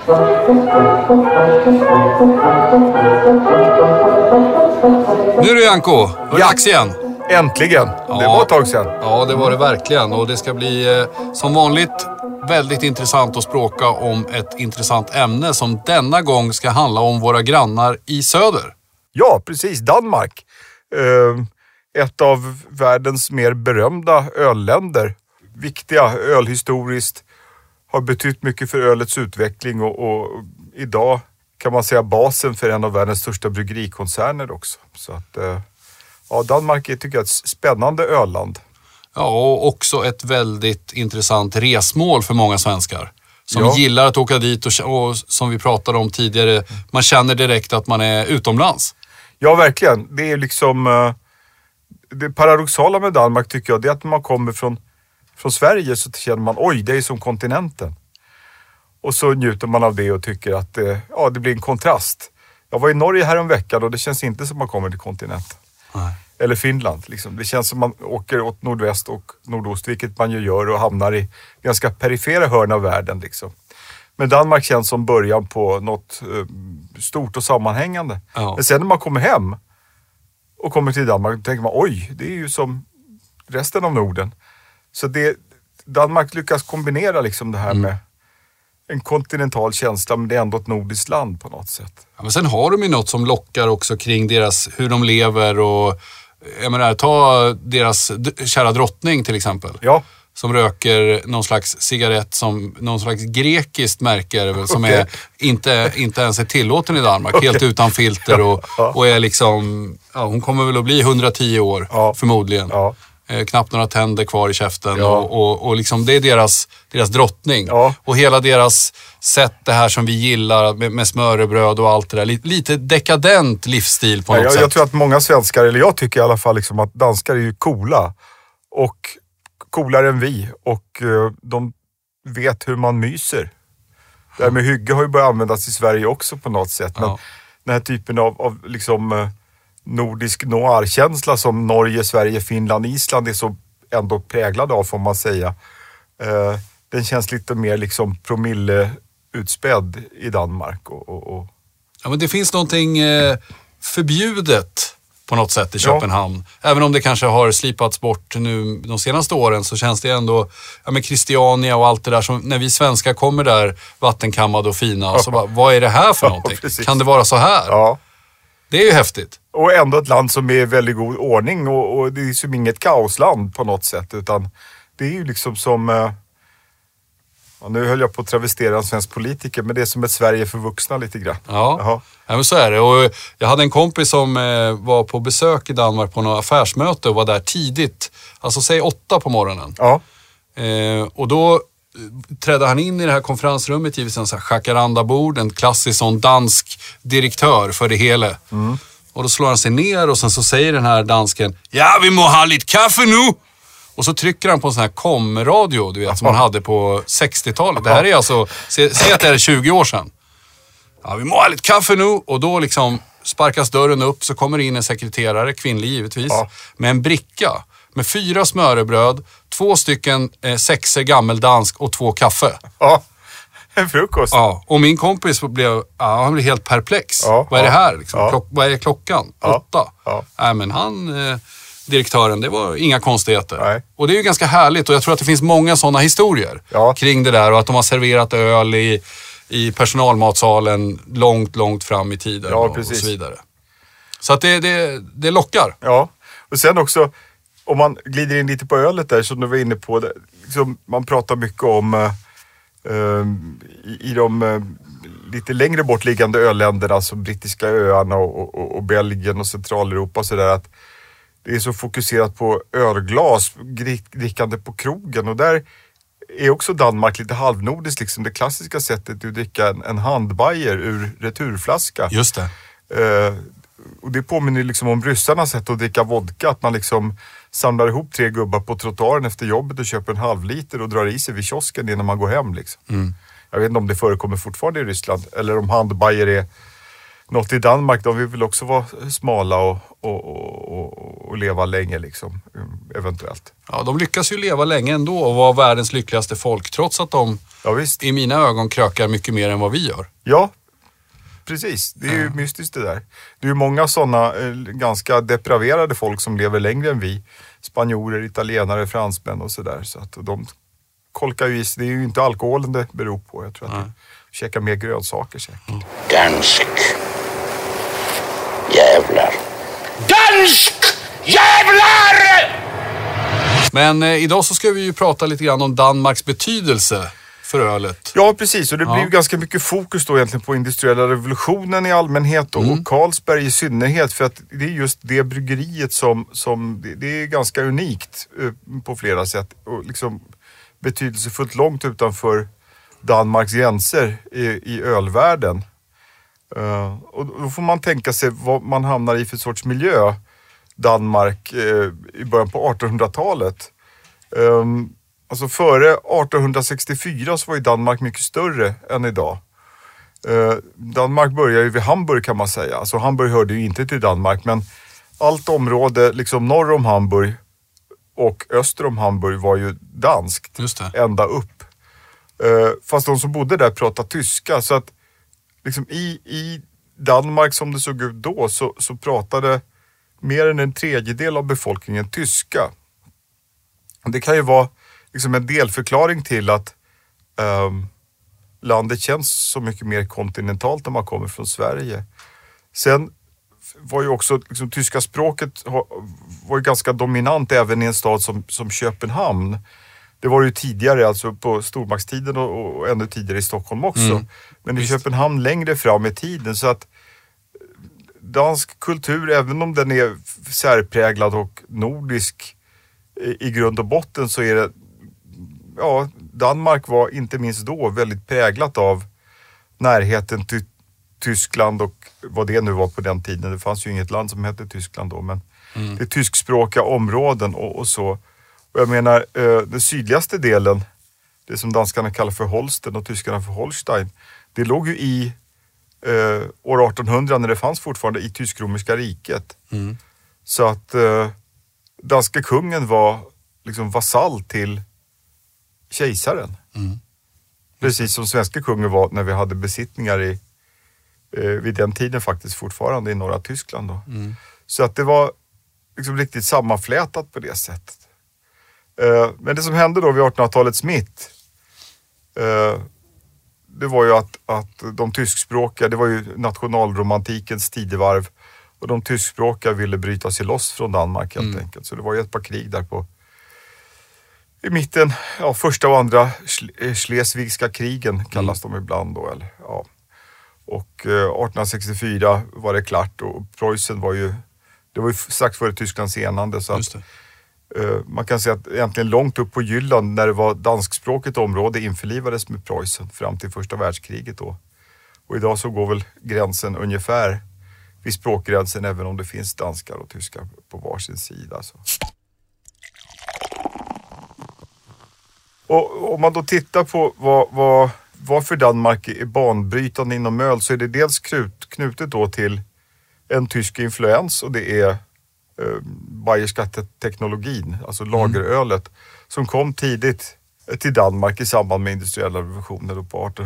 Nu är det Janko, var det dags igen? Äntligen, Ja. Det var ett tag sedan. Ja, det var det verkligen. Och det ska bli som vanligt väldigt intressant att språka om ett intressant ämne som denna gång ska handla om våra grannar i söder. Ja, precis. Danmark. Ett av världens mer berömda ölländer. Viktiga ölhistoriskt. Har betytt mycket för ölets utveckling och idag kan man säga basen för en av världens största bryggerikoncerner också. Så att, ja, Danmark är, tycker jag, ett spännande ölland. Ja, och också ett väldigt intressant resmål för många svenskar. Som gillar att åka dit och som vi pratade om tidigare, man känner direkt att man är utomlands. Ja, verkligen. Det är liksom det paradoxala med Danmark tycker jag, det är att när man kommer från Sverige så känner man, oj, det är som kontinenten. Och så njuter man av det och tycker att det blir en kontrast. Jag var i Norge här en vecka och det känns inte som man kommer till kontinenten. Nej. Eller Finland liksom. Det känns som man åker åt nordväst och nordost, vilket man ju gör och hamnar i ganska perifera hörn av världen liksom. Men Danmark känns som början på något stort och sammanhängande. Ja. Men sen när man kommer hem och kommer till Danmark, då tänker man, oj, det är ju som resten av Norden. Så Danmark lyckas kombinera liksom det här med en kontinental känsla, men det är ändå ett nordiskt land på något sätt. Ja, men sen har de ju något som lockar också kring hur de lever och jag menar, ta deras kära drottning till exempel. Ja. Som röker någon slags cigarett som någon slags grekiskt märke som är inte ens är tillåten i Danmark. Helt utan filter och är liksom, ja, hon kommer väl att bli 110 år förmodligen. Ja. Knappt några tänder kvar i käften och liksom det är deras drottning. Ja. Och hela deras sätt, det här som vi gillar med smörrebröd och allt det där. Lite dekadent livsstil på något sätt. Jag tror att många svenskar, eller jag tycker i alla fall liksom att danskar är ju coola. Och coolare än vi. Och de vet hur man myser. Det här med hygge har ju börjat användas i Sverige också på något sätt. Men den här typen av liksom nordisk noir-känsla som Norge, Sverige, Finland, Island är så ändå präglad av, får man säga. Den känns lite mer liksom promille-utspädd i Danmark. Ja, men det finns någonting förbjudet på något sätt i Köpenhamn. Även om det kanske har slipats bort nu de senaste åren så känns det ändå, med Christiania och allt det där som när vi svenskar kommer där vattenkammade och fina. Så bara, vad är det här för någonting? Kan det vara så här? Ja. Det är ju häftigt. Och ändå ett land som är i väldigt god ordning och det är som inget kaosland på något sätt, utan det är ju liksom som nu höll jag på att travestera en svensk politiker, men det är som ett Sverige för vuxna lite grann. Ja, men så är det. Och jag hade en kompis som var på besök i Danmark på något affärsmöte och var där tidigt, alltså säg 8 på morgonen. Ja. Och då trädde han in i det här konferensrummet, givetvis en sån här jacaranda-bord, en klassisk sån dansk direktör för det hela. Mm. Och då slår han sig ner och sen så säger den här dansken, ja, vi må ha lite kaffe nu. Och så trycker han på en sån här komradio, du vet, som man hade på 60-talet. Det här är alltså, säg att det är 20 år sedan. Ja, vi må ha lite kaffe nu. Och då liksom sparkas dörren upp, så kommer in en sekreterare, kvinnlig givetvis, med en bricka. Med 4 smörrebröd, 2 stycken 6 gammeldansk och 2 kaffe. Ja, en frukost. Ja, och min kompis han blev helt perplex. Ja, vad är det här? Liksom? Vad är klockan? 8. Ja. Nej, men direktören, det var inga konstigheter. Nej. Och det är ju ganska härligt och jag tror att det finns många sådana historier kring det där och att de har serverat öl i personalmatsalen långt fram i tiden och så vidare. Så att det lockar. Ja, och sen också om man glider in lite på ölet där som du var inne på, det, liksom, man pratar mycket om i de lite längre bortliggande ölländerna som brittiska öarna och Belgien och Centraleuropa och sådär, att det är så fokuserat på ölglas, drickande på krogen, och där är också Danmark lite halvnordiskt liksom. Det klassiska sättet är att dricka en handbajer ur returflaska. Just det. Och det påminner liksom om ryssarnas sätt att dricka vodka, att man liksom samlar ihop 3 gubbar på trottoaren efter jobbet och köper en halvliter och drar i sig vid kiosken innan man går hem liksom. Jag vet inte om det förekommer fortfarande i Ryssland eller om handbajer är något i Danmark, de vill väl också vara smala och leva länge liksom, eventuellt. Ja, de lyckas ju leva länge ändå och vara världens lyckligaste folk, trots att de i mina ögon krökar mycket mer än vad vi gör. Ja, precis. Det är ju mystiskt det där. Det är ju många sådana ganska depraverade folk som lever längre än vi. Spanjorer, italienare, fransmän och sådär. Så att de kolkar ju i sig. Det är ju inte alkoholen det beror på. Jag tror att de käkar mer grönsaker säkert. Dansk jävlar. Dansk jävlar! Men idag så ska vi ju prata lite grann om Danmarks betydelse för ölet. Ja, precis. Och det blir ju ganska mycket fokus då egentligen på industriella revolutionen i allmänhet och Carlsberg i synnerhet. För att det är just det bryggeriet som det är ganska unikt på flera sätt. Och liksom betydelsefullt långt utanför Danmarks gränser i ölvärlden. Och då får man tänka sig vad man hamnar i för sorts miljö. Danmark i början på 1800-talet. Alltså före 1864 så var ju Danmark mycket större än idag. Danmark började ju vid Hamburg kan man säga. Alltså Hamburg hörde ju inte till Danmark, men allt område liksom norr om Hamburg och öster om Hamburg var ju danskt. Just det. Ända upp. Fast de som bodde där pratade tyska, så att liksom i Danmark som det såg ut då så pratade mer än en tredjedel av befolkningen tyska. Det kan ju vara liksom en delförklaring till att landet känns så mycket mer kontinentalt när man kommer från Sverige. Sen var ju också liksom, tyska språket var ju ganska dominant även i en stad som Köpenhamn. Det var ju tidigare, alltså på stormaktstiden och ännu tidigare i Stockholm också. Men i Köpenhamn längre fram i tiden, så att dansk kultur, även om den är särpräglad och nordisk i grund och botten, så är det, Danmark var inte minst då väldigt präglat av närheten till Tyskland och vad det nu var på den tiden. Det fanns ju inget land som hette Tyskland då, men det är tyskspråkiga områden och så. Och jag menar, den sydligaste delen, det som danskarna kallar för Holsten och tyskarna för Holstein, det låg ju i år 1800 när det fanns fortfarande i tysk-romerska riket. Så att danska kungen var liksom vasall till kejsaren. Precis som svenska kungen var när vi hade besittningar vid den tiden faktiskt fortfarande i norra Tyskland då. Så att det var liksom riktigt sammanflätat på det sättet. Men det som hände då vid 1800-talets mitt, det var ju att de tyskspråkiga, det var ju nationalromantikens tidevarv, och de tyskspråkiga ville bryta sig loss från Danmark helt enkelt. Så det var ju ett par krig där i mitten, första och andra Schleswigska krigen kallas de ibland då. Eller, ja. Och 1864 var det klart, och Preussen det var ju strax före Tysklands enande, så att man kan säga att egentligen långt upp på Jylland, när det var danskspråkigt område, införlivades med Preussen fram till första världskriget då. Och idag så går väl gränsen ungefär vid språkgränsen, även om det finns danskar och tyskar på varsin sida. Så. Och om man då tittar på varför Danmark är banbrytande inom öl, så är det dels knutet då till en tysk influens, och det är bayerska teknologin, alltså lagerölet, som kom tidigt till Danmark i samband med industriella revolutioner då på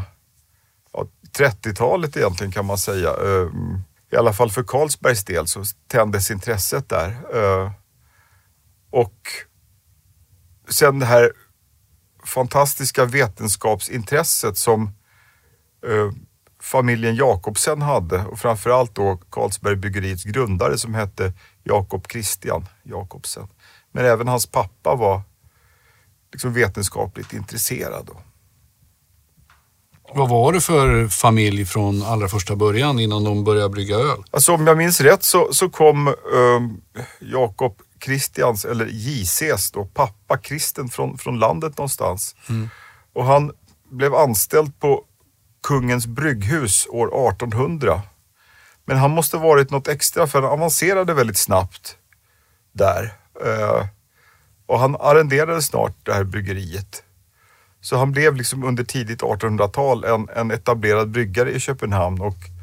1830-talet egentligen kan man säga. I alla fall för Carlsbergs del så tändes intresset där. Och sen det här fantastiska vetenskapsintresset som familjen Jakobsen hade, och framförallt då Carlsberg bryggeriets grundare som hette Jakob Christian Jakobsen. Men även hans pappa var liksom vetenskapligt intresserad då. Vad var det för familj från allra första början innan de började brygga öl? Alltså om jag minns rätt så kom Jakob Christians, eller JCs då, pappa Kristen från landet någonstans. Och han blev anställd på kungens brygghus år 1800. Men han måste ha varit något extra, för han avancerade väldigt snabbt där. Och han arrenderade snart det här bryggeriet. Så han blev liksom under tidigt 1800-tal en etablerad bryggare i Köpenhamn.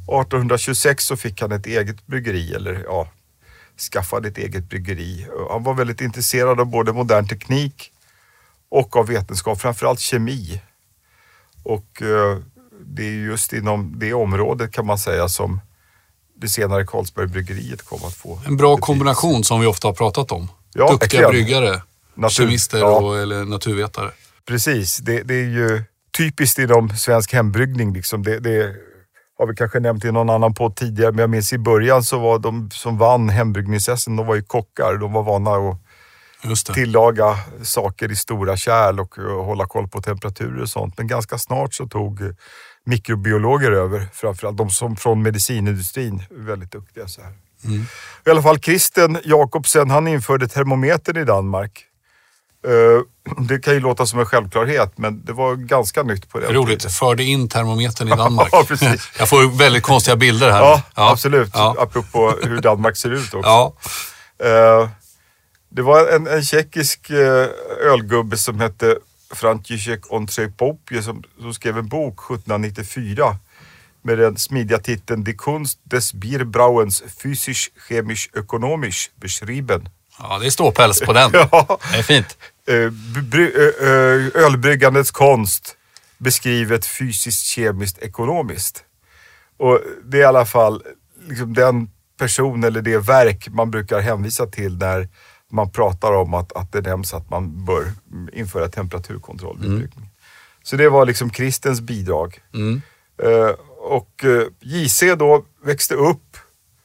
1826 så fick han ett eget bryggeri, eller ja, skaffade ett eget bryggeri. Han var väldigt intresserad av både modern teknik och av vetenskap, framförallt kemi. Och det är just inom det området kan man säga som det senare Carlsbergbryggeriet kom att få. En bra kombination som vi ofta har pratat om. Ja, duktiga bryggare, kemister eller naturvetare. Precis, det är ju typiskt inom svensk hembryggning. Liksom. Det har vi kanske nämnt i någon annan podd tidigare, men jag minns i början så var de som vann hembryggningsessen, de var ju kockar. De var vana att tillaga saker i stora kärl och hålla koll på temperaturer och sånt. Men ganska snart så tog mikrobiologer över, framförallt de som från medicinindustrin, väldigt duktiga så här. Mm. I alla fall Christen Jacobsen, han införde termometern i Danmark. Det kan ju låta som en självklarhet, men det var ganska nytt på det. Roligt, förde in termometern i Danmark. Ja, precis. Jag får väldigt konstiga bilder här. Ja, absolut. Ja. Apropå hur Danmark ser ut också. Ja. Det var en tjeckisk ölgubbe som hette František Ondřeje som skrev en bok 1794 med den smidiga titeln Die Kunst des Bierbrauens physisch-chemisch-ökonomisch beschrieben. Ja, det är ståpäls på den. Ja. Det är fint. Ölbryggandets konst beskrivet fysiskt, kemiskt, ekonomiskt. Och det är i alla fall liksom den person eller det verk man brukar hänvisa till när man pratar om att det nämns att man bör införa temperaturkontroll vid bryggning. Så det var liksom Christens bidrag. Mm. Och JC då växte upp.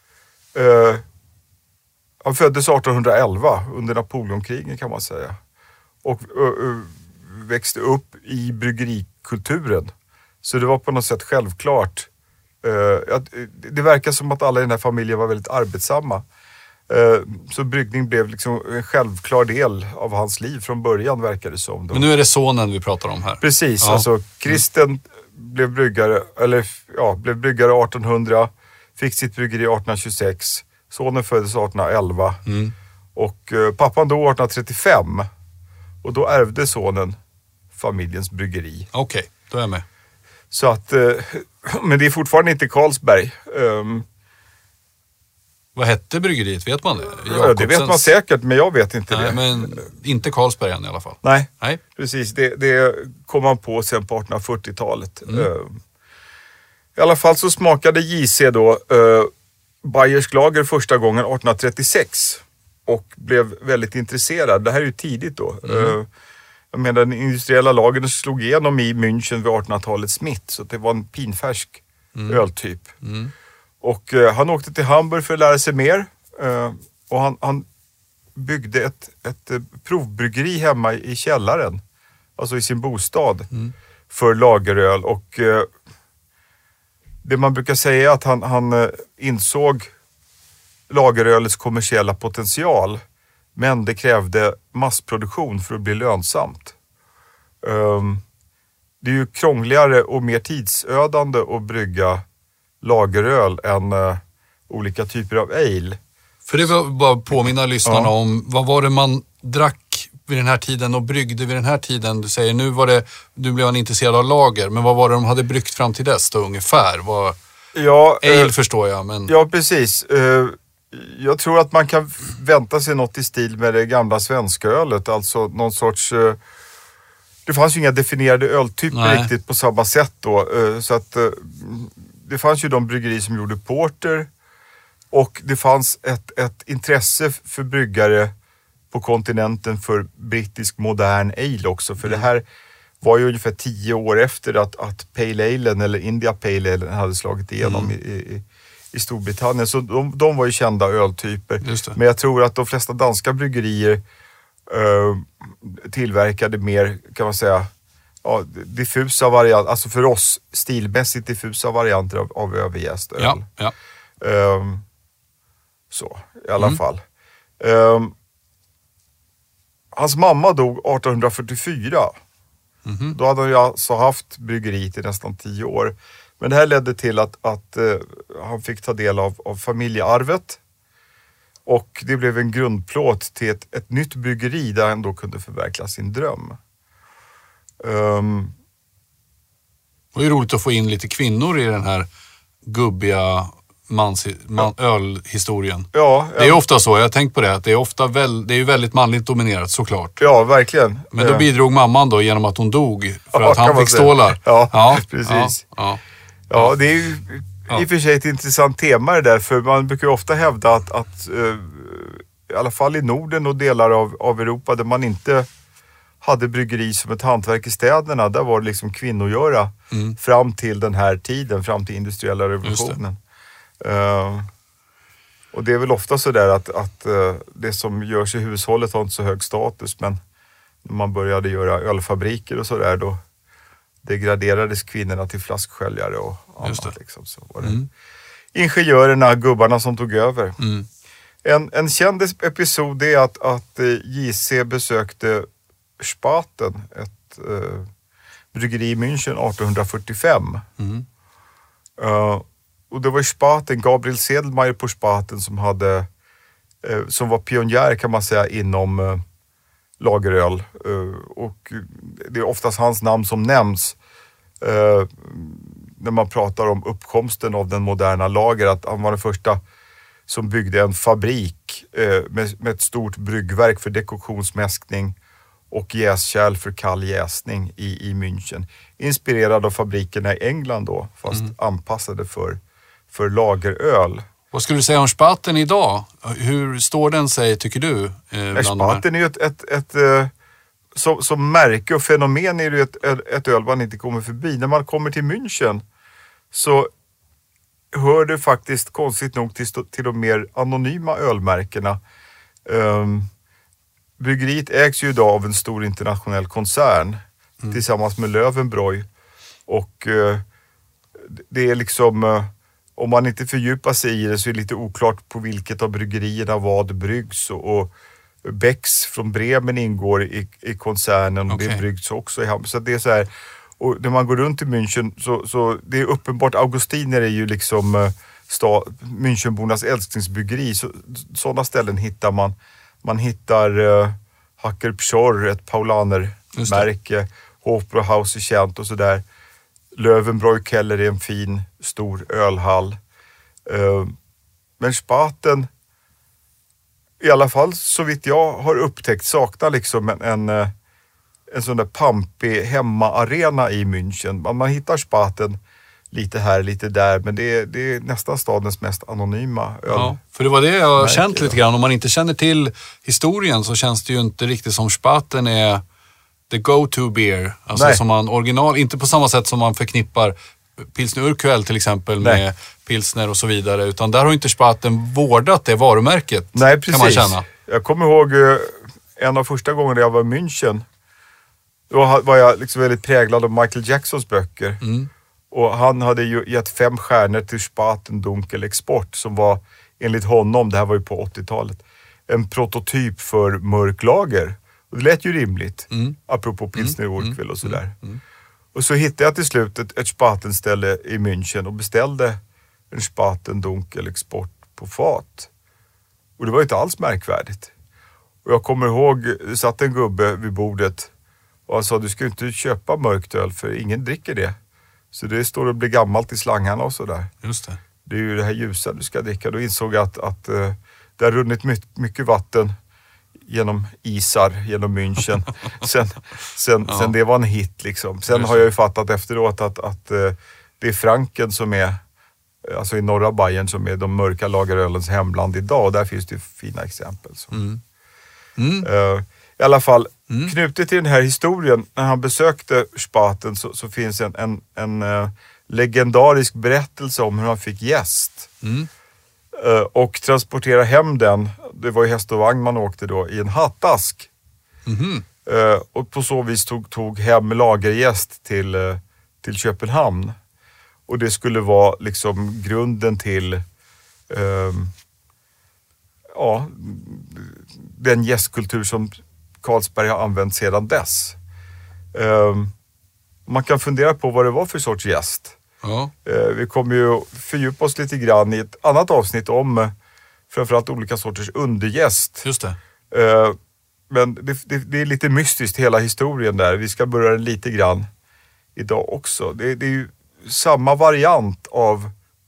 Han föddes 1811 under Napoleonkrigen kan man säga. Och växte upp i bryggerikulturen. Så det var på något sätt självklart. Det verkar som att alla i den här familjen var väldigt arbetsamma. Så bryggning blev liksom en självklar del av hans liv från början, verkar det som. Men nu är det sonen vi pratar om här. Precis, ja. Alltså Christen blev bryggare 1800, fick sitt bryggeri 1826. Sonen föddes 1811 och pappan dog 1835 och då ärvde sonen familjens bryggeri. Okej, då är jag med. Så att, men det är fortfarande inte Carlsberg. Vad hette bryggeriet? Vet man det? Ja, det vet man säkert, men jag vet inte det. Men inte Carlsberg än i alla fall. Nej. Precis. Det kom man på sen på 1840-talet. I alla fall så smakade JC då Bayersk lager första gången 1836 och blev väldigt intresserad. Det här är ju tidigt då. Jag menar, den industriella lagern slog igenom i München vid 1800-talets mitt, så det var en pinfärsk öltyp. Och han åkte till Hamburg för att lära sig mer och han byggde ett provbryggeri hemma i källaren, alltså i sin bostad för lageröl. Och det man brukar säga är att han insåg lagerölets kommersiella potential, men det krävde massproduktion för att bli lönsamt. Det är ju krångligare och mer tidsödande att brygga lageröl än olika typer av ale. För det var bara påminna lyssnarna om, vad var det man drack vid den här tiden och bryggde vid den här tiden? Du säger nu blev han intresserad av lager, men vad var det de hade bryggt fram till dess då ungefär? Ale förstår jag, men... Ja, precis. Jag tror att man kan vänta sig något i stil med det gamla svenska ölet, alltså någon sorts... Det fanns ju inga definierade öltyper riktigt på samma sätt då, så att det fanns ju de bryggerier som gjorde porter och det fanns ett intresse för bryggare på kontinenten för brittisk modern ale också, för det här var ju ungefär 10 år efter att Pale Alen eller India Pale Alen hade slagit igenom i Storbritannien, så de var ju kända öltyper. Men jag tror att de flesta danska bryggerier tillverkade mer, kan man säga, diffusa varianter, alltså för oss stilmässigt diffusa varianter av överjäst öl. Ja. Så, i alla fall. Hans mamma dog 1844. Då hade han ju alltså haft bryggeriet i nästan 10 år. Men det här ledde till att han fick ta del av familjearvet. Och det blev en grundplåt till ett nytt bryggeri där han då kunde förverkliga sin dröm. Det var ju roligt att få in lite kvinnor i den här gubbiga ölhistorien. Ja, det är ofta så, jag har tänkt på det, att det är ofta det är ju väldigt manligt dominerat såklart. Ja, verkligen. Men då bidrog mamman då genom att hon dog för att han fick säga. stålar. Ja, precis. Ja, det är ju i och för sig ett intressant tema det där, för man brukar ju ofta hävda att i alla fall i Norden och delar av Europa där man inte hade bryggeri som ett hantverk i städerna, där var det liksom kvinnogöra fram till den här tiden, fram till industriella revolutionen. Och det är väl ofta så där att det som görs i hushållet har inte så hög status, men när man började göra ölfabriker och sådär, då degraderades kvinnorna till flasksköljare och annat. Liksom, så var det ingenjörerna, gubbarna som tog över. En känd episod är att JC besökte Spaten, ett bryggeri i München 1845. Och det var Spaten, Gabriel Sedelmeier på Spaten som var pionjär kan man säga inom lageröl. Och det är oftast hans namn som nämns när man pratar om uppkomsten av den moderna lager, att han var den första som byggde en fabrik med ett stort bryggverk för dekoktionsmäskning och jäskärl för kall jäsning i München. Inspirerad av fabrikerna i England då, fast anpassade för lageröl. Vad skulle du säga om Spaten idag? Hur står den sig, tycker du? Spaten är ju ett som märke och fenomen är det ju ett öl man inte kommer förbi. När man kommer till München så hör det faktiskt konstigt nog till de mer anonyma ölmärkena. Bryggeriet ägs ju idag av en stor internationell koncern tillsammans med Löwenbräu. Och det är liksom, om man inte fördjupar sig i det så är det lite oklart på vilket av bryggerierna vad bryggs. Och Becks från Bremen ingår i koncernen och det bryggs också i Hamburg. Så det är så här, och när man går runt i München så det är uppenbart, Augustiner är ju liksom Münchenbornas älsklingsbryggeri. Sådana ställen hittar man. Man hittar Hacker Pschorr, ett Paulaner-märke. Hofbräuhaus är känt och sådär. Löwenbräu Keller är en fin, stor ölhall. Men Spaten, i alla fall så vitt jag har upptäckt, saknar liksom en sån där pampig hemmaarena i München. Man hittar Spaten lite här, lite där, men det är nästan stadens mest anonyma öl. Ja, för det var det jag har känt lite grann. Om man inte känner till historien så känns det ju inte riktigt som Spaten är the go-to beer. Alltså som man original, inte på samma sätt som man förknippar Pilsner Urquell till exempel med pilsner och så vidare, utan där har inte Spaten vårdat det varumärket. Nej, precis. Kan man känna. Jag kommer ihåg en av första gångerna jag var i München. Då var jag liksom väldigt präglad av Michael Jacksons böcker. Och han hade ju gett 5 stjärnor till Spaten Dunkel Export, som var enligt honom, det här var ju på 80-talet, en prototyp för mörk lager. Och det lät ju rimligt, apropå Pilsner Urquell och sådär. Och så hittade jag till slut ett Spaten-ställe i München och beställde en Spaten Dunkel Export på fat. Och det var inte alls märkvärdigt. Och jag kommer ihåg, det satt en gubbe vid bordet och han sa, du ska inte köpa mörkt öl för ingen dricker det. Så det står och blir gammalt i slangarna och sådär. Just det. Det är ju det här ljusa du ska dricka. Då insåg jag att det har runnit mycket vatten genom isar, genom München. sen det var en hit liksom. Sen har jag ju fattat efteråt att det är Franken som är, alltså i norra Bayern, som är de mörka lagerölens hemland idag. Och där finns det ju fina exempel. Så. I alla fall, knutet till den här historien, när han besökte Spaten så finns en legendarisk berättelse om hur han fick jäst. Och transportera hem den, det var ju häst och vagn man åkte då, i en hattask. Och på så vis tog hem lagergäst till Köpenhamn. Och det skulle vara liksom grunden till den gästkultur som Carlsberg har använt sedan dess. Man kan fundera på vad det var för sorts gäst. Ja. Vi kommer ju fördjupa oss lite grann i ett annat avsnitt om framförallt olika sorters undergäst. Just det. Men det är lite mystiskt hela historien där. Vi ska börja lite grann idag också. Det är ju samma variant av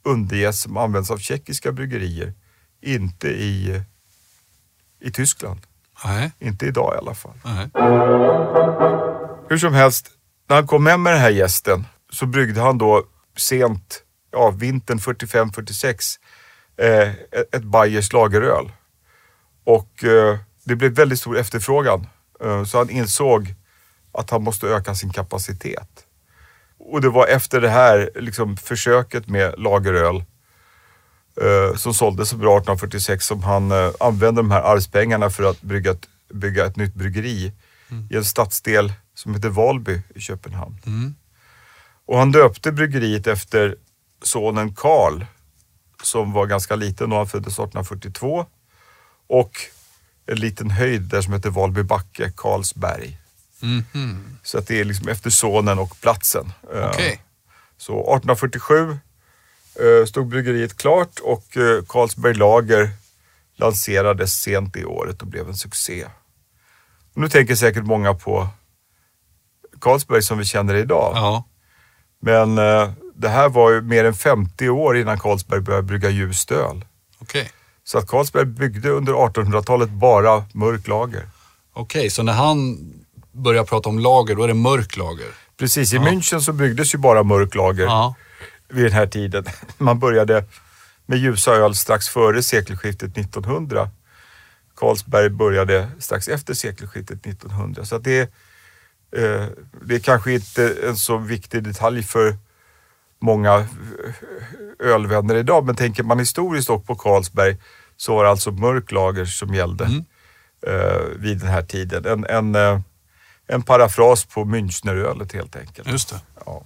underjäst som används av tjeckiska bryggerier. Inte i Tyskland. Nej. Inte idag i alla fall. Nej. Hur som helst, när han kom hem med den här jästen så bryggde han då sent, vintern 45-46, ett Bayers lageröl. Och det blev väldigt stor efterfrågan. Så han insåg att han måste öka sin kapacitet. Och det var efter det här liksom, försöket med lageröl som såldes så bra 1846 som han använde de här arvspengarna för att bygga ett nytt bryggeri i en stadsdel som heter Valby i Köpenhamn. Mm. Och han döpte bryggeriet efter sonen Karl som var ganska liten och han föddes 1842. Och en liten höjd där som heter Valby backe, Karlsberg. Mm-hmm. Så att det är liksom efter sonen och platsen. Okay. Så 1847 stod bryggeriet klart och Carlsberg Lager lanserades sent i året och blev en succé. Och nu tänker säkert många på Carlsberg som vi känner idag. Ja. Men det här var ju mer än 50 år innan Carlsberg började brygga ljust öl. Okay. Så att Carlsberg byggde under 1800-talet bara mörk lager. Okej, så när han börjar prata om lager, då är det mörk lager? Precis, i München så byggdes ju bara mörk lager vid den här tiden. Man började med ljusa öl strax före sekelskiftet 1900. Carlsberg började strax efter sekelskiftet 1900. Så att det är kanske inte en så viktig detalj för många ölvänner idag. Men tänker man historiskt och på Carlsberg så var det alltså mörk lager som gällde vid den här tiden. En parafras på Münchnerölet helt enkelt. Just det. Ja.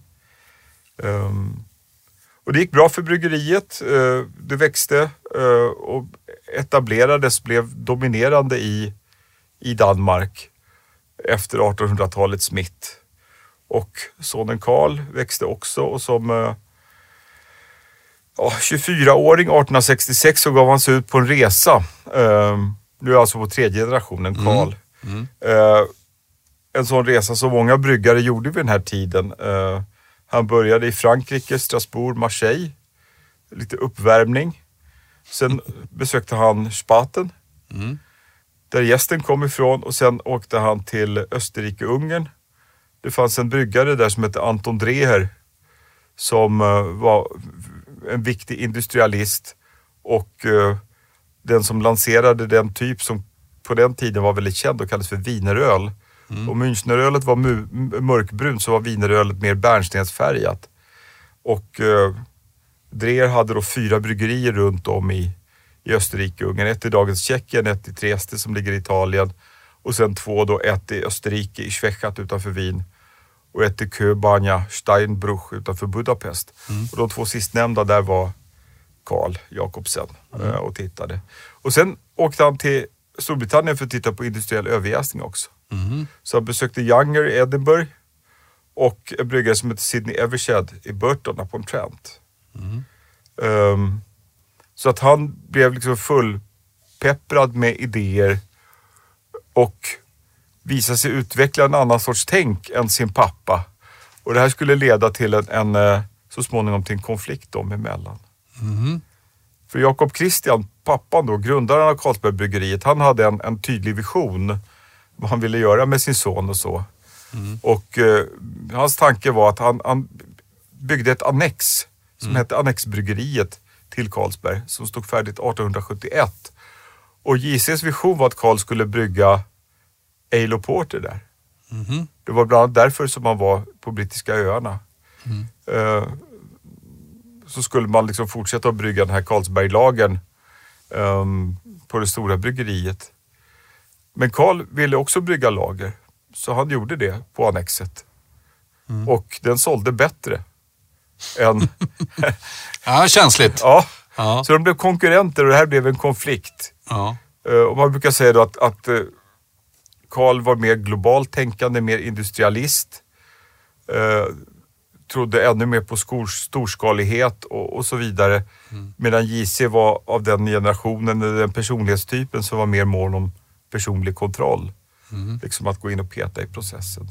Och det gick bra för bryggeriet. Det växte och etablerades, blev dominerande i Danmark efter 1800-talets mitt. Och sonen Karl växte också och som 24-åring 1866 så gav han sig ut på en resa. Nu är alltså på tredje generationen Karl. En sån resa som många bryggare gjorde vid den här tiden. Han började i Frankrike, Strasbourg, Marseille. Lite uppvärmning. Sen besökte han Spaten. Där gästen kom ifrån. Och sen åkte han till Österrike-Ungern. Det fanns en bryggare där som hette Anton Dreher. Som var en viktig industrialist. Och den som lanserade den typ som på den tiden var väldigt känd och kallades för vineröl. Och Münchnerölet var mörkbrunt så var vinerölet mer bärnstensfärgat. Och Dreher hade då 4 bryggerier runt om i Österrike-Ungern. Ett i dagens Tjeckien, ett i Trieste som ligger i Italien. Och sen 2 då, ett i Österrike i Schwechat utanför Wien. Och ett i Köbania, Steinbruch utanför Budapest. Och de 2 sistnämnda där var Carl Jacobsen och tittade. Och sen åkte han till Storbritannien för att titta på industriell överjäsning också. Så han besökte Younger i Edinburgh och en bryggare som heter Sidney Evershed i Burton upon Trent. Så att han blev liksom fullpepprad med idéer och visade sig utveckla en annan sorts tänk än sin pappa. Och det här skulle leda till en så småningom till en konflikt dem emellan. För Jakob Christian, pappan då, grundaren av Carlsbergbryggeriet, han hade en tydlig vision vad han ville göra med sin son och så. Och hans tanke var att han byggde ett annex som hette Annexbryggeriet till Carlsberg som stod färdigt 1871. Och JCs vision var att Carl skulle brygga ale och porter där. Det var bland annat därför som man var på brittiska öarna. Så skulle man liksom fortsätta att brygga den här Carlsberglagern på det stora bryggeriet. Men Carl ville också brygga lager. Så han gjorde det på annexet. Och den sålde bättre än... Ja, känsligt. Ja, så de blev konkurrenter och det här blev en konflikt. Ja. Och man brukar säga då att Carl var mer globalt tänkande, mer industrialist. Trodde ännu mer på storskalighet och så vidare. Medan JC var av den generationen, den personlighetstypen som var mer mån om personlig kontroll. Liksom att gå in och peta i processen.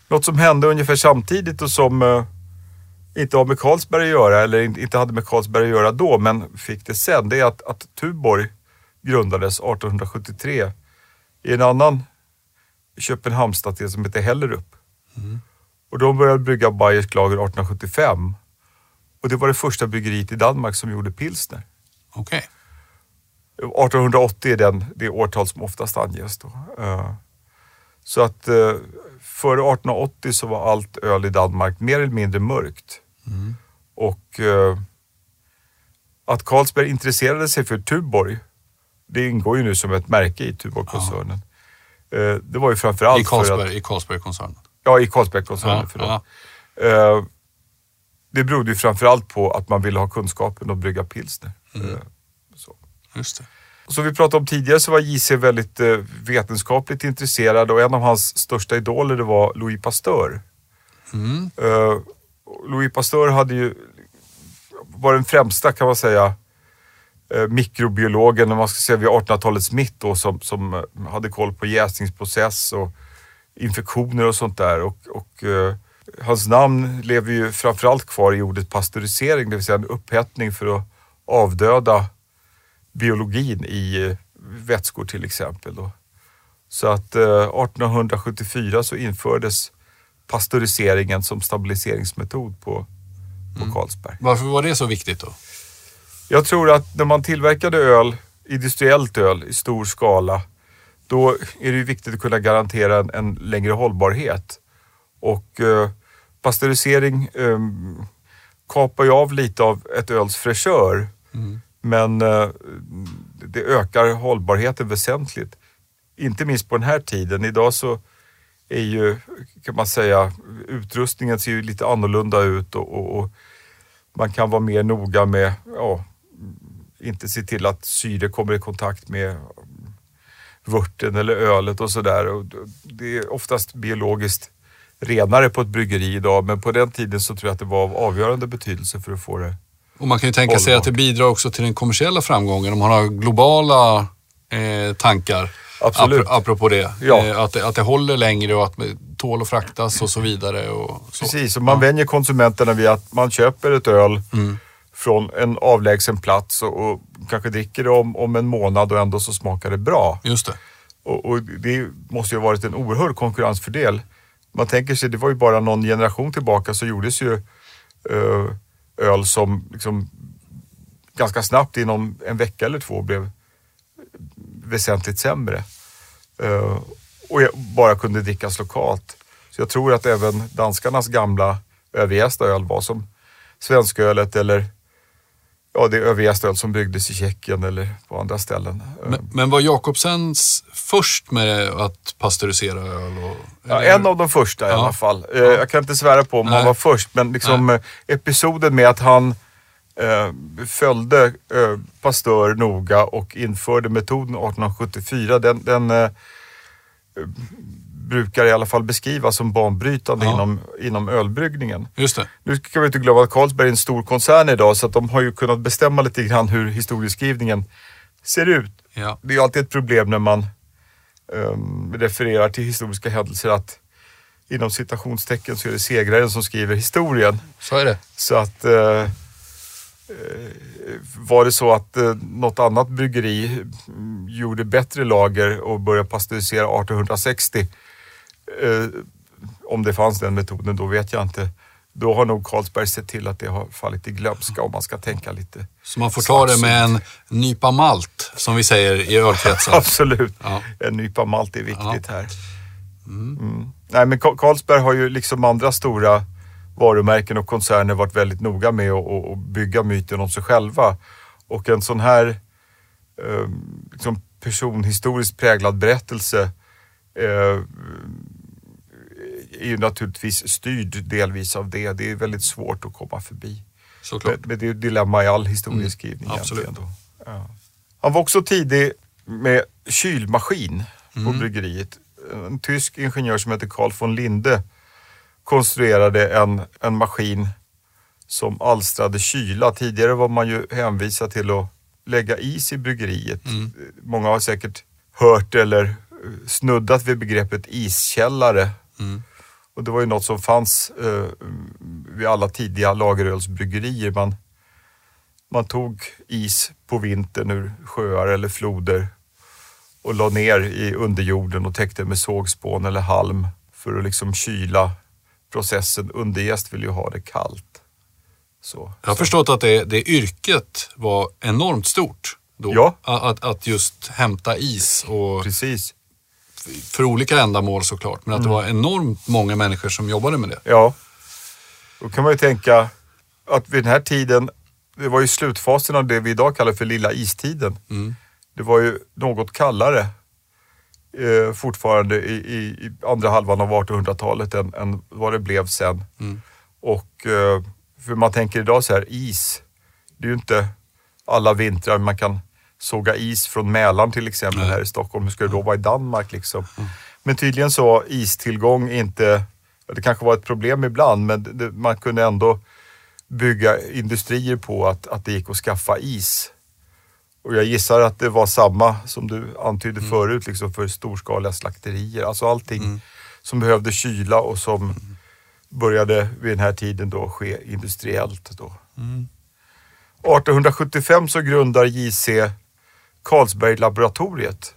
Något som hände ungefär samtidigt och som inte har med Carlsberg att göra, eller inte hade med Carlsberg att göra då, men fick det sen, det är att Tuborg grundades 1873 i en annan Köpenhamnsstadsdel som heter Hellerup. Och de började brygga Bayersk lager 1875. Och det var det första bryggeriet i Danmark som gjorde pilsner. Okej. 1880 är det årtal som oftast anges då. Så att före 1880 så var allt öl i Danmark mer eller mindre mörkt. Och att Carlsberg intresserade sig för Tuborg, det ingår ju nu som ett märke i Tuborg-koncernen. Det var ju framförallt I Carlsberg-koncernen. Ja, i Carlsberg-koncernen. Det berodde ju framförallt på att man ville ha kunskapen att brygga pilsner. Så. Just det. Som vi pratade om tidigare så var JC väldigt vetenskapligt intresserad och en av hans största idoler det var Louis Pasteur. Louis Pasteur var den främsta, kan man säga, mikrobiologen, om man ska säga, vid 1800-talets mitt då, som hade koll på jäsningsprocess och infektioner och sånt där. Och hans namn lever ju framförallt kvar i ordet pasteurisering, det vill säga en upphettning för att avdöda biologin i vätskor till exempel då. Så att 1874 så infördes pasteuriseringen som stabiliseringsmetod på Carlsberg. Varför var det så viktigt då? Jag tror att när man tillverkade öl, industriellt öl i stor skala, då är det ju viktigt att kunna garantera en längre hållbarhet. Och pasteurisering kapar ju av lite av ett öls fräschör. Men det ökar hållbarheten väsentligt. Inte minst på den här tiden. Idag så är ju, kan man säga, utrustningen ser ju lite annorlunda ut och man kan vara mer noga med, inte se till att syre kommer i kontakt med vörten eller ölet och sådär. Det är oftast biologiskt renare på ett bryggeri idag, men på den tiden så tror jag att det var av avgörande betydelse för att få det. Och man kan ju tänka sig att det bidrar också till den kommersiella framgången om man har globala tankar. Absolut. Apropå det. Ja. Att det håller längre och att det tål att fraktas och så vidare. Och så. Precis, och man vänjer konsumenterna vid att man köper ett öl från en avlägsen plats och kanske dricker det om en månad och ändå så smakar det bra. Just det. Och det måste ju ha varit en oerhörd konkurrensfördel. Man tänker sig, det var ju bara någon generation tillbaka så gjordes ju öl som liksom ganska snabbt inom en vecka eller två blev väsentligt sämre och bara kunde drickas lokalt. Så jag tror att även danskarnas gamla överjästa öl var som svenskölet eller det överjästa öl som byggdes i Tjeckien eller på andra ställen. Men var Jacobsens först med att pasteurisera öl? En av de första i alla fall. Jag kan inte svära på om han var först, men liksom episoden med att han följde Pasteur noga och införde metoden 1874, den brukar i alla fall beskrivas som banbrytande inom ölbryggningen. Just det. Nu ska vi inte glömma att Carlsberg är en stor koncern idag, så att de har ju kunnat bestämma lite grann hur historieskrivningen ser ut. Ja. Det är ju alltid ett problem när man refererar till historiska händelser att inom citationstecken så är det segraren som skriver historien. Så är det. Så att var det så att något annat bryggeri gjorde bättre lager och började pasteurisera 1860, om det fanns den metoden, då vet jag inte. Då har nog Carlsberg sett till att det har fallit i glömska om man ska tänka lite. Så man får ta det med en nypa malt, som vi säger i ölkretsen. Absolut. Ja. En nypa malt är viktigt här. Nej, men Carlsberg har ju liksom andra stora varumärken och koncerner varit väldigt noga med att bygga myten om sig själva. Och en sån här liksom personhistoriskt präglad berättelse är ju naturligtvis styrd delvis av det. Det är väldigt svårt att komma förbi. Såklart. Men det är ett dilemma i all historieskrivning. Absolut. Ja. Han var också tidig med kylmaskin på bryggeriet. En tysk ingenjör som heter Carl von Linde konstruerade en maskin som alstrade kyla. Tidigare var man ju hänvisad till att lägga is i bryggeriet. Många har säkert hört eller snuddat vid begreppet iskällare. Och det var ju något som fanns vid alla tidiga lagerölsbryggerier. Man tog is på vintern ur sjöar eller floder och la ner i underjorden och täckte med sågspån eller halm för att liksom kyla processen. Underjäst vill ju ha det kallt. Så. Jag har förstått att det yrket var enormt stort då. Ja. Att just hämta is och Precis. för olika ändamål såklart. Men att det var enormt många människor som jobbade med det. Ja. Då kan man ju tänka att vid den här tiden, det var ju slutfasen av det vi idag kallar för lilla istiden. Det var ju något kallare fortfarande i andra halvan av 1800-talet än vad det blev sen. Och för man tänker idag så här, is, det är ju inte alla vintrar man kan såga is från Mälaren till exempel här i Stockholm. Hur ska det då vara i Danmark liksom? Men tydligen så istillgång inte, det kanske var ett problem ibland, men man kunde ändå bygga industrier på att det gick att skaffa is. Och jag gissar att det var samma som du antydde förut liksom för storskaliga slakterier. Alltså allting som behövde kyla och som började vid den här tiden då ske industriellt då. 1875 så grundar JC Carlsberglaboratoriet.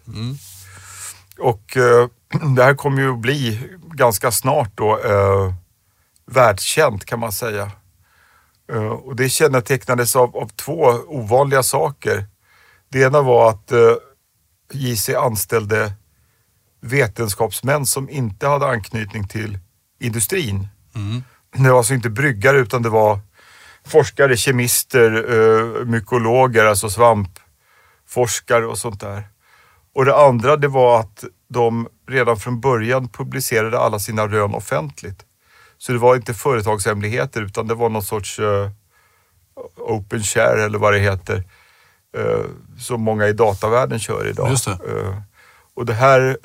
Och det här kommer ju att bli ganska snart då världskänt kan man säga. Och det kännetecknades av två ovanliga saker. Det ena var att JC anställde vetenskapsmän som inte hade anknytning till industrin. Det var alltså inte bryggare utan det var forskare, kemister, mykologer, alltså svampforskare och sånt där. Och det andra det var att de redan från början publicerade alla sina rön offentligt. Så det var inte företagshemligheter utan det var någon sorts open share eller vad det heter. Som många i datavärlden kör idag. Just det. Och det här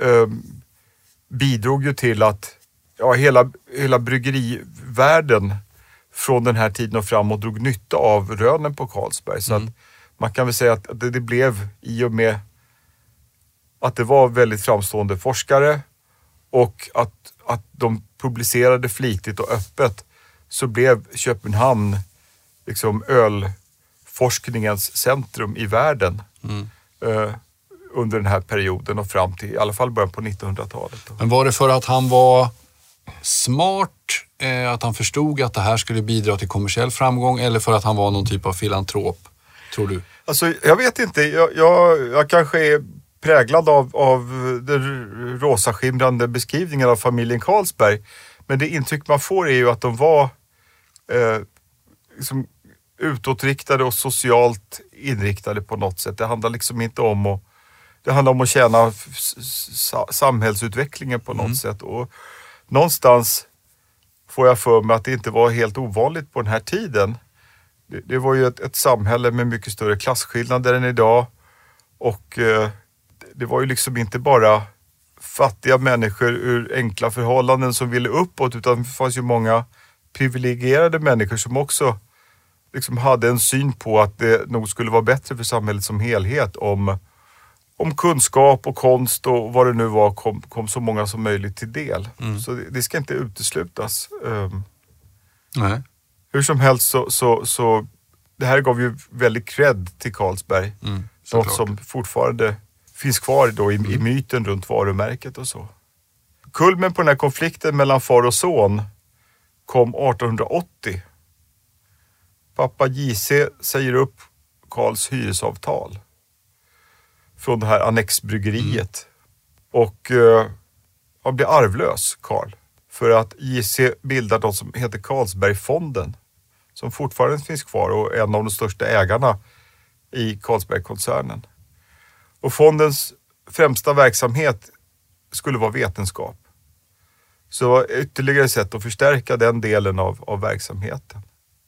bidrog ju till att hela bryggerivärlden från den här tiden och framåt drog nytta av rönen på Carlsberg. Så att man kan väl säga att det blev i och med att det var väldigt framstående forskare och att de publicerade flitigt och öppet så blev Köpenhamn liksom ölforskningens centrum i världen under den här perioden och fram till i alla fall början på 1900-talet. Men var det för att han var smart, att han förstod att det här skulle bidra till kommersiell framgång eller för att han var någon typ av filantrop, tror du? Alltså, jag vet inte. Jag kanske är präglad av den rosaskimrande beskrivningen av familjen Carlsberg. Men det intryck man får är ju att de var liksom utåtriktade och socialt inriktade på något sätt. Det handlar liksom inte om det handlar om att tjäna samhällsutvecklingen på något sätt. Och någonstans får jag för mig att det inte var helt ovanligt på den här tiden. Det var ju ett samhälle med mycket större klasskillnader än idag. Och det var ju liksom inte bara fattiga människor ur enkla förhållanden som ville uppåt, utan det fanns ju många privilegierade människor som också liksom hade en syn på att det nog skulle vara bättre för samhället som helhet om kunskap och konst och vad det nu var kom så många som möjligt till del. Så det ska inte uteslutas. Nej. Hur som helst så det här gav ju väldigt cred till Carlsberg. Något som fortfarande finns kvar då i myten runt varumärket och så. Kulmen på den här konflikten mellan far och son kom 1880. Pappa JC säger upp Karls hyresavtal från det här annexbryggeriet. Och han blir arvlös, Karl. För att JC bildar något som heter Carlsbergfonden. Som fortfarande finns kvar och är en av de största ägarna i Carlsbergkoncernen. Och fondens främsta verksamhet skulle vara vetenskap. Så det var ytterligare ett sätt att förstärka den delen av verksamheten.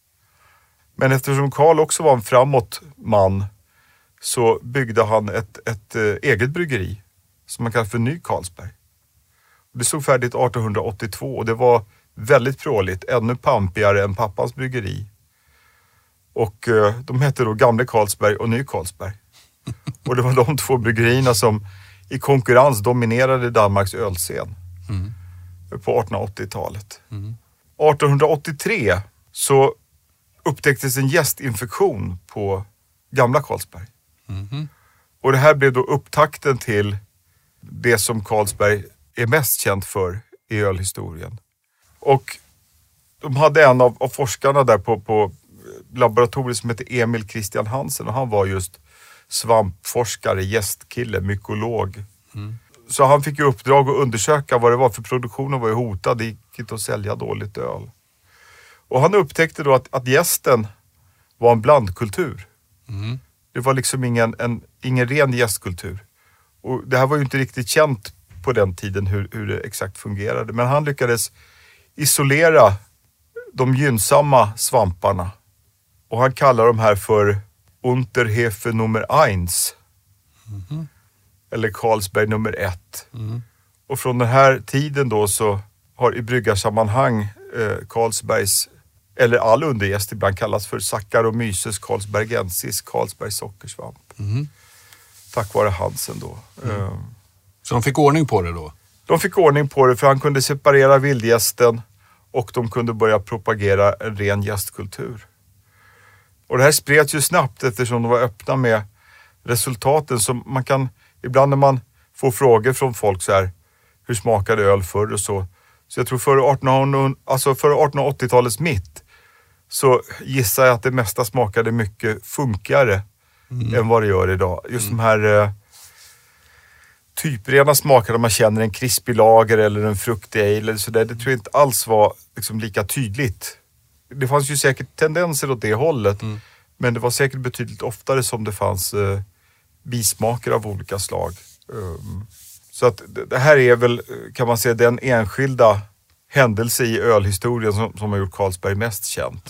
Men eftersom Karl också var en framåt man så byggde han ett eget bryggeri som man kallar för Ny Carlsberg. Det stod färdigt 1882 och det var väldigt pråligt, ännu pampigare än pappans bryggeri. Och de hette då Gamle Carlsberg och Ny Carlsberg. Och det var de två bryggerierna som i konkurrens dominerade Danmarks ölscen. på 1880-talet. 1883 så upptäcktes en jästinfektion på gamla Carlsberg. Och det här blev då upptakten till det som Carlsberg är mest känt för i ölhistorien. Och de hade en av forskarna där på laboratoriet som heter Emil Christian Hansen, och han var just svampforskare, jästkille, mykolog. Så han fick ju uppdrag att undersöka vad det var, för produktionen var ju hotad, det gick inte att sälja dåligt öl. Och han upptäckte då att jästen var en blandkultur. Det var liksom ingen ren jästkultur. Och det här var ju inte riktigt känt på den tiden hur det exakt fungerade. Men han lyckades isolera de gynnsamma svamparna. Och han kallar de här för Unterhefe nummer 1. Eller Carlsberg nummer 1. Och från den här tiden då så har i bryggarsammanhang Carlsbergs, eller all underjäst ibland kallas för Saccharomyces carlsbergensis, Carlsbergs sockersvamp. Tack vare Hansen då. Så de fick ordning på det då? De fick ordning på det för han kunde separera vildjästen och de kunde börja propagera en ren jästkultur. Och det här spreds ju snabbt eftersom de var öppna med resultaten. Så man kan, ibland när man får frågor från folk så här, hur smakade öl förr och så. Så jag tror före 1880-talets mitt så gissar jag att det mesta smakade mycket funkigare än vad det gör idag. Just de här typrena smakerna, man känner en krispig lager eller en fruktig ale eller sådär. Det tror jag inte alls var liksom lika tydligt. Det fanns ju säkert tendenser åt det hållet. Men det var säkert betydligt oftare som det fanns bismaker av olika slag. Så att det här är väl, kan man säga, den enskilda händelse i ölhistorien som har gjort Carlsberg mest känt.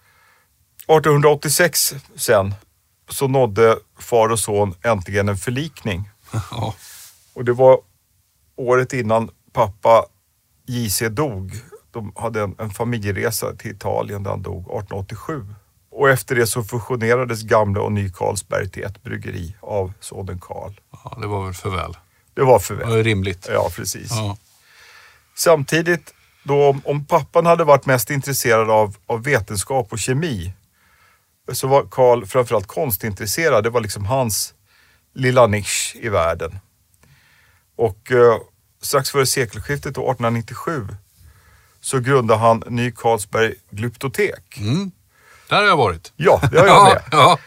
1886 sen så nådde far och son äntligen en förlikning. Och det var året innan pappa J.C. dog. De hade en familjeresa till Italien där han dog 1887. Och efter det så fusionerades gamla och ny Carlsberg till ett bryggeri av sonen Carl. Ja, det var väl för väl. Det var för väl. Det var rimligt. Ja, precis. Samtidigt, då om pappan hade varit mest intresserad av vetenskap och kemi, så var Carl framförallt konstintresserad. Det var liksom hans lilla nisch i världen. Och strax före sekelskiftet, 1897, så grundade han ny Carlsberg Glyptotek. Där har jag varit. Ja, det har jag med.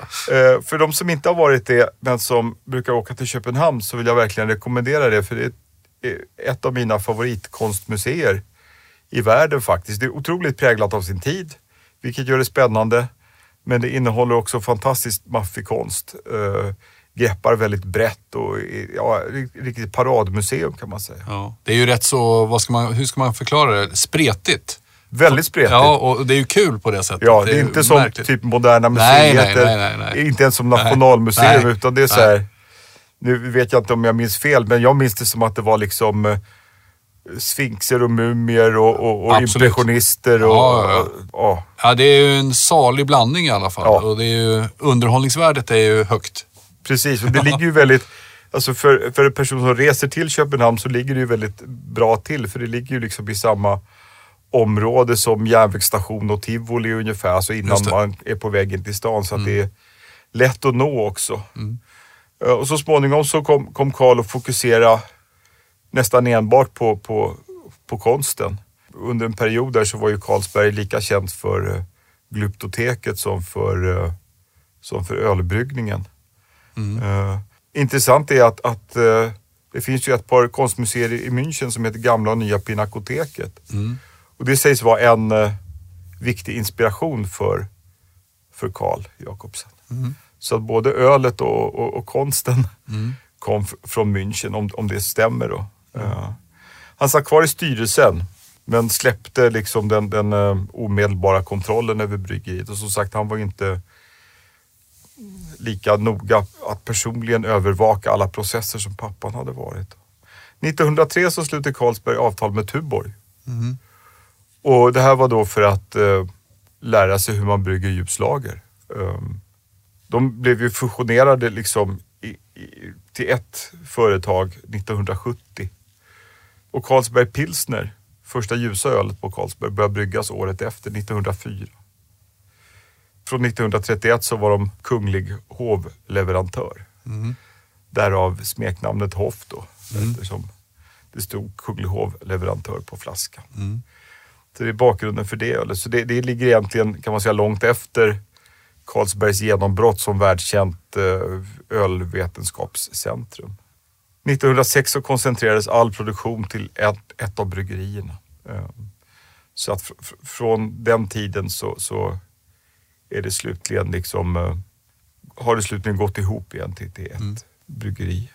För de som inte har varit det, men som brukar åka till Köpenhamn, så vill jag verkligen rekommendera det. För det är ett av mina favoritkonstmuseer i världen faktiskt. Det är otroligt präglat av sin tid, vilket gör det spännande. Men det innehåller också fantastiskt maffig konst. Greppar väldigt brett och riktigt paradmuseum kan man säga. Ja, det är ju rätt så, hur ska man förklara det? Spretigt. Väldigt spretigt. Ja, och det är ju kul på det sättet. Ja, det är inte som märkligt. Typ Moderna museet. Nej. Inte ens som Nationalmuseum, utan det är så här. Nu vet jag inte om jag minns fel, men jag minns det som att det var liksom sfinxer och mumier och impressionister. Ja, det är ju en salig blandning i alla fall. Ja. Och det är ju, underhållningsvärdet är ju högt. Precis, och det ligger ju väldigt, alltså för en person som reser till Köpenhamn så ligger det ju väldigt bra till. För det ligger ju liksom i samma område som järnvägsstation och tivoli ungefär. Alltså innan man är på väg in till stan, så att det är lätt att nå också. Och så småningom så kom Carl att fokusera nästan enbart på konsten. Under en period där så var ju Carlsberg lika känt för Glyptoteket som för ölbryggningen. Intressant är att det finns ju ett par konstmuseer i München som heter Gamla och Nya Pinakoteket. Och det sägs vara en viktig inspiration för Carl Jacobsen. Så att både ölet och konsten kom från München, om det stämmer då. Han satt kvar i styrelsen, men släppte liksom den omedelbara kontrollen över bryggeriet. Och som sagt, han var inte lika noga att personligen övervaka alla processer som pappan hade varit. 1903 så slutade Carlsberg avtal med Tuborg. Och det här var då för att lära sig hur man brygger djupslager. De blev ju fusionerade liksom till ett företag 1970. Och Carlsberg Pilsner första ljusa ölet på Carlsberg började bryggas året efter, 1904. Från 1931 så var de kunglig hovleverantör. Därav smeknamnet Hoff då, eftersom det stod kunglig hovleverantör på flaskan. Så det är bakgrunden för det ölet. Så det ligger egentligen, kan man säga, långt efter Carlsbergs genombrott som världskänt ölvetenskapscentrum. 1906 så koncentrerades all produktion till ett av bryggerierna. Så att från den tiden så är det slutligen liksom, har det slutligen gått ihop igen till ett bryggeri.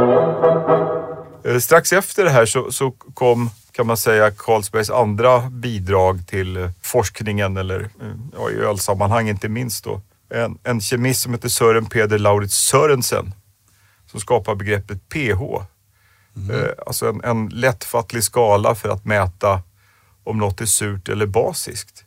Strax efter det här så kom, kan man säga, Carlsbergs andra bidrag till forskningen, eller i ölsammanhang inte minst då. En kemist som heter Søren Peder Lauritz Sørensen som skapar begreppet pH. Alltså en lättfattlig skala för att mäta om något är surt eller basiskt.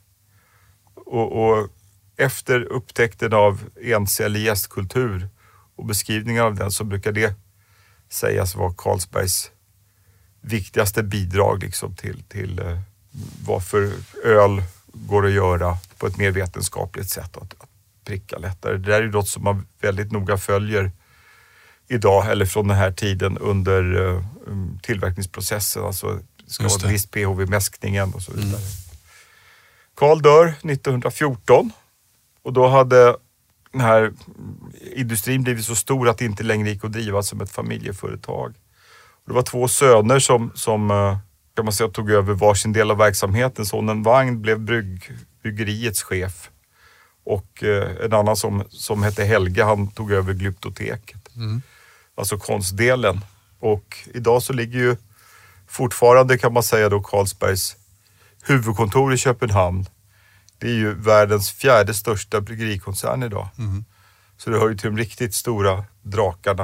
Och efter upptäckten av encellig jästkultur och beskrivningar av den så brukar det sägas vara Carlsbergs viktigaste bidrag liksom till varför öl går att göra på ett mer vetenskapligt sätt och att pricka lättare. Det där är ju något som man väldigt noga följer idag, eller från den här tiden under tillverkningsprocessen. Alltså det ska vara ett visst pH vid mäskningen och så vidare. Carl dör 1914 och då hade den här industrin blivit så stor att det inte längre gick att driva som ett familjeföretag. Det var 2 söner som kan man säga tog över varsin del av verksamheten. Sonen Vagn blev bryggeriets chef och en annan som hette Helge, han tog över glyptoteket. Alltså konstdelen. Och idag så ligger ju fortfarande, kan man säga då, Carlsbergs huvudkontor i Köpenhamn. Det är ju världens 4:e största bryggerikoncern idag. Så det hör ju till de riktigt stora drakarna.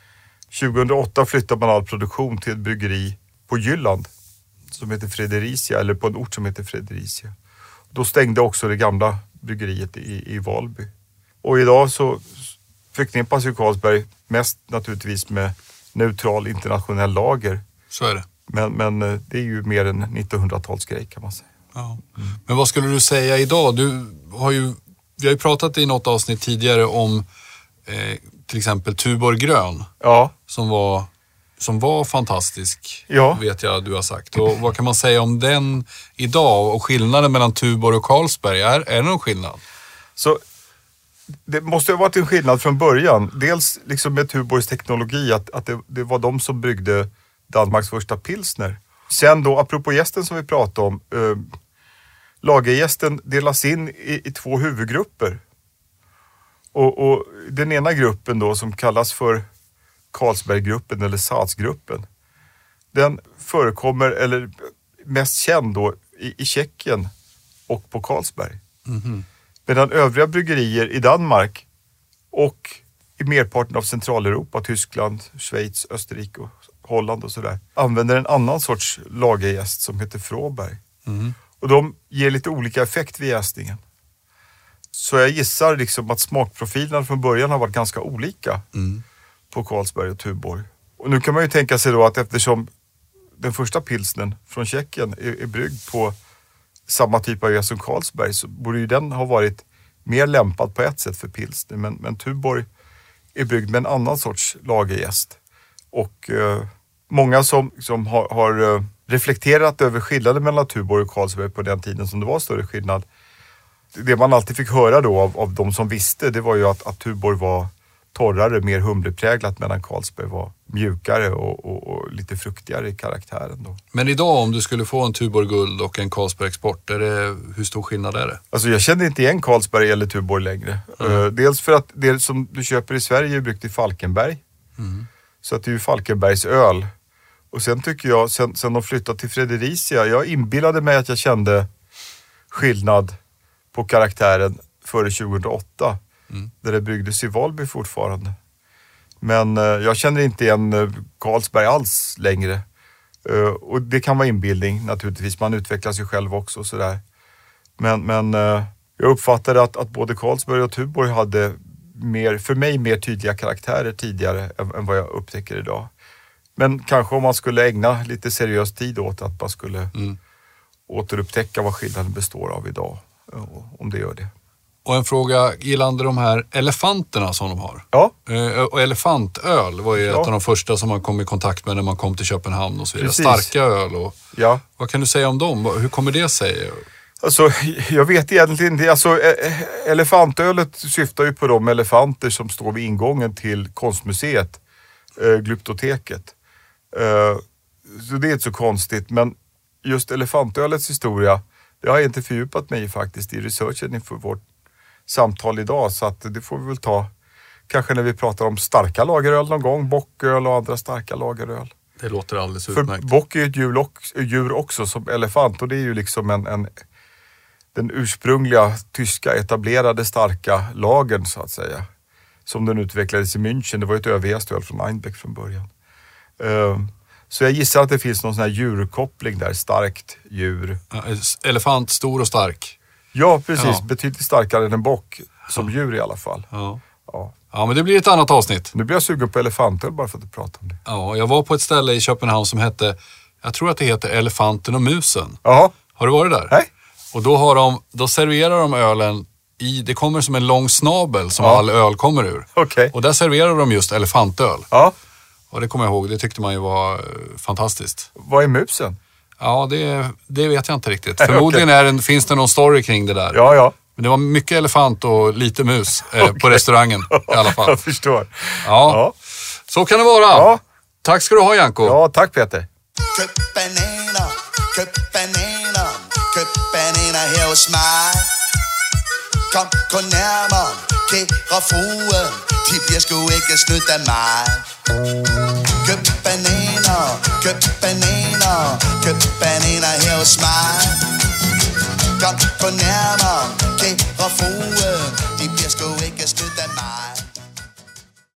2008 flyttade man all produktion till ett bryggeri på Jylland som heter Fredericia, eller på en ort som heter Fredericia. Då stängde också det gamla bryggeriet i Valby. Och idag så förknippas ju Carlsberg mest naturligtvis med neutral internationell lager. Så är det. Men det är ju mer en 1900-talsgrej, kan man säga. Ja. Men vad skulle du säga idag? Vi har ju pratat i något avsnitt tidigare om till exempel Tuborg Grön. Ja. Som var fantastisk, ja. Vet jag du har sagt. Och vad kan man säga om den idag och skillnaden mellan Tuborg och Carlsberg? Är det någon skillnad? Så det måste ha varit en skillnad från början. Dels liksom med Tuborgs teknologi, att det var de som byggde Danmarks första pilsner. Sen då, apropå gästen som vi pratade om, lagergästen delas in i 2 huvudgrupper. Och den ena gruppen då, som kallas för Carlsberggruppen eller Salzgruppen, den förekommer, eller mest känd då, i Tjeckien och på Carlsberg. Medan övriga bryggerier i Danmark och i merparten av Centraleuropa, Tyskland, Schweiz, Österrike och Holland och sådär, använder en annan sorts lagerjäst som heter Froberg. Och de ger lite olika effekt vid jäsningen. Så jag gissar liksom att smakprofilerna från början har varit ganska olika på Carlsberg och Tuborg. Och nu kan man ju tänka sig då att eftersom den första pilsnen från Tjeckien är bryggd på samma typ av jäst som Carlsberg, så borde ju den ha varit mer lämpad på ett sätt för pilsner. Men Tuborg är bryggd med en annan sorts lagerjäst. Och många som har reflekterat över skillnaden mellan Tuborg och Carlsberg på den tiden som det var större skillnad. Det man alltid fick höra då av de som visste, det var ju att Tuborg var torrare, mer humlepräglat, medan Carlsberg var mjukare och lite fruktigare i karaktären då. Men idag, om du skulle få en Tuborg Guld och en Carlsberg Export, hur stor skillnad är det? Alltså jag känner inte igen Carlsberg eller Tuborg längre. Dels för att det som du köper i Sverige är bryggt i Falkenberg. Så att det är ju Falkenbergs öl. Och sen tycker jag, sen de flyttade till Fredericia, jag inbillade mig att jag kände skillnad på karaktären före 2008. Där det bryggdes i Valby fortfarande. Men jag känner inte igen Carlsberg alls längre. Och det kan vara inbildning naturligtvis. Man utvecklas ju själv också och sådär. Men jag uppfattade att både Carlsberg och Tuborg hade för mig mer tydliga karaktärer tidigare än vad jag upptäcker idag. Men kanske om man skulle ägna lite seriös tid åt att man skulle återupptäcka vad skillnaden består av idag. Om det gör det. Och en fråga gällande de här elefanterna som de har. Ja. Och elefantöl var ju ett av de första som man kom i kontakt med när man kom till Köpenhamn och så vidare. Precis. Starka öl. Och, vad kan du säga om dem? Hur kommer det sig? Alltså, jag vet egentligen inte. Alltså, elefantölet syftar ju på de elefanter som står vid ingången till konstmuseet, Glyptoteket. Så det är inte så konstigt, men just elefantölets historia, det har jag inte fördjupat mig i faktiskt i researchen inför vårt samtal idag, så att det får vi väl ta kanske när vi pratar om starka lageröl någon gång, bocköl och andra starka lageröl. Det låter alldeles utmärkt. För bock är ju ett djur också som elefant, och det är ju liksom den ursprungliga tyska etablerade starka lagern så att säga, som den utvecklades i München. Det var ju ett övergästöl från Einbeck från början. Så jag gissar att det finns någon sån här djurkoppling där, starkt djur. Elefant, stor och stark. Ja, precis. Betydligt starkare än en bock som djur i alla fall. Ja, men det blir ett annat avsnitt. Nu blir jag sugen på elefantöl bara för att prata om det. Ja, jag var på ett ställe i Köpenhamn som hette, jag tror att det heter Elefanten och musen. Ja. Har du varit där? Nej. Och då serverar de ölen det kommer som en lång snabel som all öl kommer ur. Okay. Och där serverar de just elefantöl. Ja. Och det kommer jag ihåg, det tyckte man ju var fantastiskt. Vad är musen? Ja, det vet jag inte riktigt. Förmodligen finns det någon story kring det där. Ja. Men det var mycket elefant och lite mus på restaurangen i alla fall. Jag förstår. Ja, så kan det vara. Ja. Tack ska du ha, Janko. Ja, tack Peter. Køb bananer her hos mig. Kom nærmere, kære fruen. De bliver sgu ikke snydt af mig. Køb bananer her hos mig. Kom nærmere,